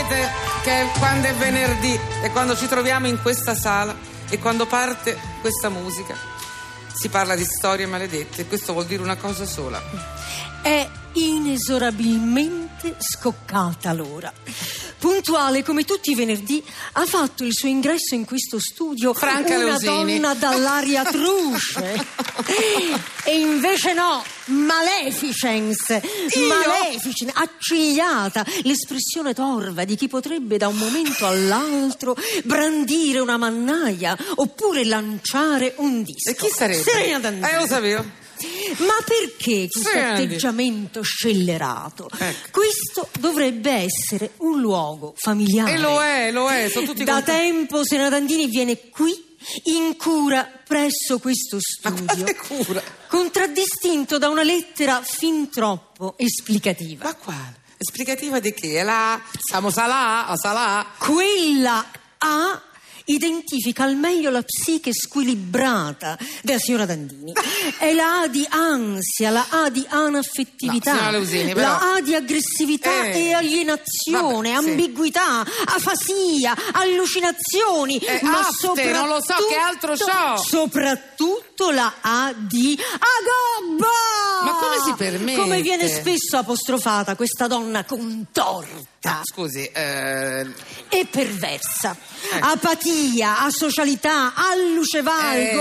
sapete che quando è venerdì e quando ci troviamo in questa sala e quando parte questa musica si parla di storie maledette, e questo vuol dire una cosa sola: è inesorabilmente scoccata l'ora. Puntuale come tutti i venerdì ha fatto il suo ingresso in questo studio Franca una Leusini. donna dall'aria truce. E invece no, maleficence, accigliata, l'espressione torva di chi potrebbe da un momento all'altro brandire una mannaia oppure lanciare un disco. E chi sarebbe? Serena Dandini. Lo sapevo. Ma perché questo atteggiamento scellerato? Ecco. Questo dovrebbe essere un luogo familiare. E lo è, sono tutti da tempo Serena Dandini viene qui in cura presso questo studio. Ma quale cura? Contraddistinto da una lettera fin troppo esplicativa. Ma quale? Esplicativa di che? La Salà? Quella A identifica al meglio la psiche squilibrata della signora Dandini. È la A di ansia, la A di anaffettività, signora Leusini, però... la A di aggressività e alienazione, ambiguità, afasia, allucinazioni, ma afte, non lo so, che altro c'ho? Soprattutto la A di agobba! Ma come si permette? Come viene spesso apostrofata questa donna contorta. Scusi, e perversa, apatia, asocialità, allucevalgo,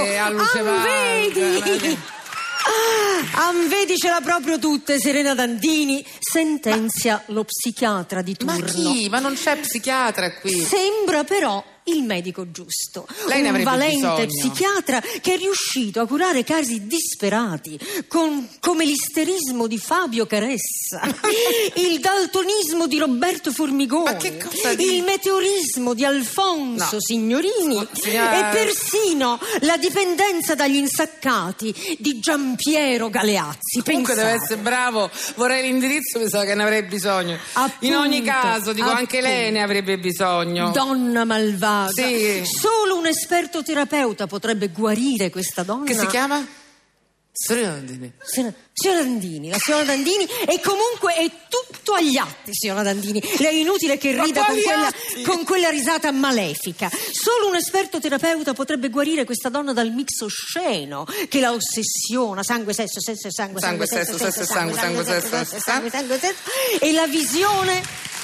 anvedicela proprio tutte. Serena Dandini sentenzia lo psichiatra di turno. Ma chi? Ma non c'è psichiatra qui. Sembra però il medico giusto, lei ne un avrebbe valente bisogno. psichiatra che è riuscito a curare casi disperati come l'isterismo di Fabio Caressa, il daltonismo di Roberto Formigoni, Ma che cosa dici? il meteorismo di Alfonso Signorini e persino la dipendenza dagli insaccati di Giampiero Galeazzi. Comunque Pensate. deve essere bravo, vorrei l'indirizzo, mi sa che ne avrei bisogno. Appunto, in ogni caso, dico, anche lei ne avrebbe bisogno. Donna malvagia. Sì. Solo un esperto terapeuta potrebbe guarire questa donna. Che si chiama? Serena Dandini. Signora Dandini, la signora Dandini, e comunque è tutto agli atti, signora Dandini. Le è inutile che rida con quella risata malefica. Solo un esperto terapeuta potrebbe guarire questa donna dal mix osceno che la ossessiona. Sangue, sesso, sesso e sangue. Sangue, sesso, sesso e sangue, sangue, sesso, sangue, sesso. E la visione.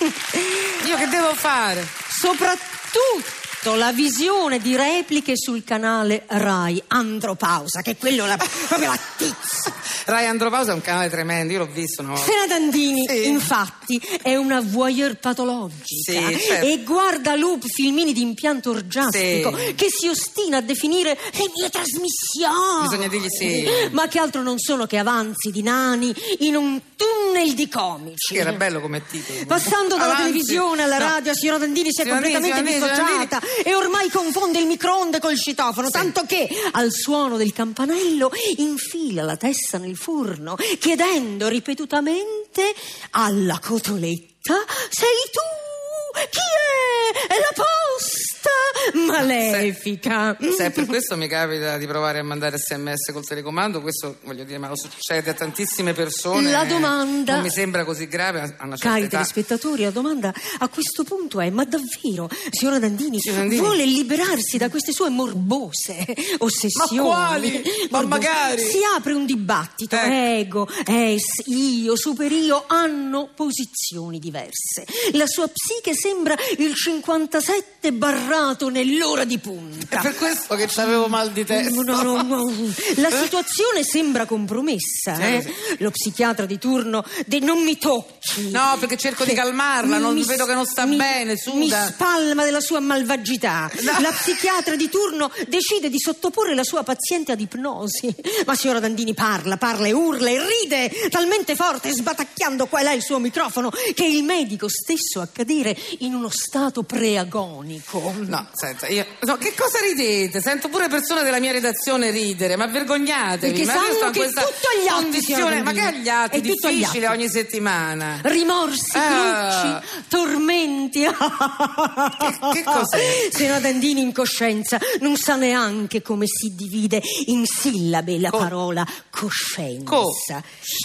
Io che devo fare? Soprattutto la visione di repliche sul canale Rai Andropausa, che è quello proprio la tizia. Rai Andropausa è un canale tremendo, io l'ho visto una volta. Serena Dandini, infatti, è una voyeur patologica, certo. E guarda loop filmini di impianto orgiastico che si ostina a definire le mie trasmissioni. Bisogna dirgli sì. Ma che altro non sono che avanzi di nani in un tunnel di comici. Che era bello come titolo. Passando dalla televisione alla radio, signora Dandini si è completamente dissociata e ormai confonde il microonde col citofono, tanto che al suono del campanello infila la testa nel forno, chiedendo ripetutamente alla cotoletta: sei tu? Chi è? È la posta malefica. Se è per questo mi capita di provare a mandare SMS col telecomando, questo voglio dire, ma lo succede a tantissime persone. La domanda, non mi sembra così grave a una certa cari età. telespettatori, la domanda a questo punto è: ma davvero signora Dandini vuole liberarsi da queste sue morbose ossessioni? Ma quali? Ma magari si apre un dibattito. Ego, es, io, superio hanno posizioni diverse. La sua psiche sembra il 57 barrato nell'ora di punta. È per questo che c'avevo mal di testa. No. La situazione sembra compromessa. Lo psichiatra di turno non mi tocchi. No, perché cerco di calmarla, vedo che non sta bene, suda. Mi spalma della sua malvagità. No. La psichiatra di turno decide di sottoporre la sua paziente ad ipnosi. Ma signora Dandini parla e urla e ride talmente forte, sbatacchiando qua e là il suo microfono, che è il medico stesso a cadere in uno stato preagonico. ironico. No, senta, che cosa ridete? Sento pure persone della mia redazione ridere, ma vergognatevi. Perché ma sanno io sto in che questa tutto agli atti, condizione, ma che agli atti? È tutto agli Difficile atti. ogni settimana. Rimorsi, crucci, tormenti. Che cos'è? Signora Dandini in coscienza non sa neanche come si divide in sillabe la parola coscienza.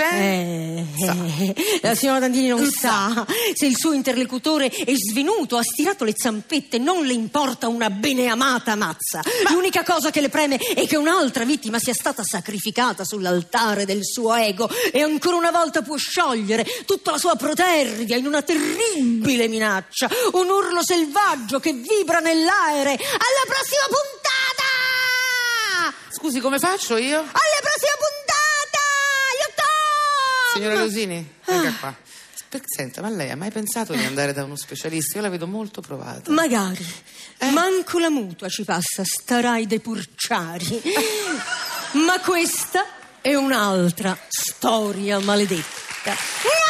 La signora Dandini non sa se il suo interlocutore è svenuto, ha stirato le zampette, non le importa una beneamata mazza. L'unica cosa che le preme è che un'altra vittima sia stata sacrificata sull'altare del suo ego e ancora una volta può sciogliere tutta la sua protervia in una terribile minaccia, un urlo selvaggio che vibra nell'aere. Alla prossima puntata! Scusi, come faccio io? Alla prossima puntata! Aiuto! Signora Rosini, venga qua. Senta, ma lei ha mai pensato di andare da uno specialista? Io la vedo molto provata. Magari. Manco la mutua ci passa, starai dei purciari. Ma questa è un'altra storia maledetta.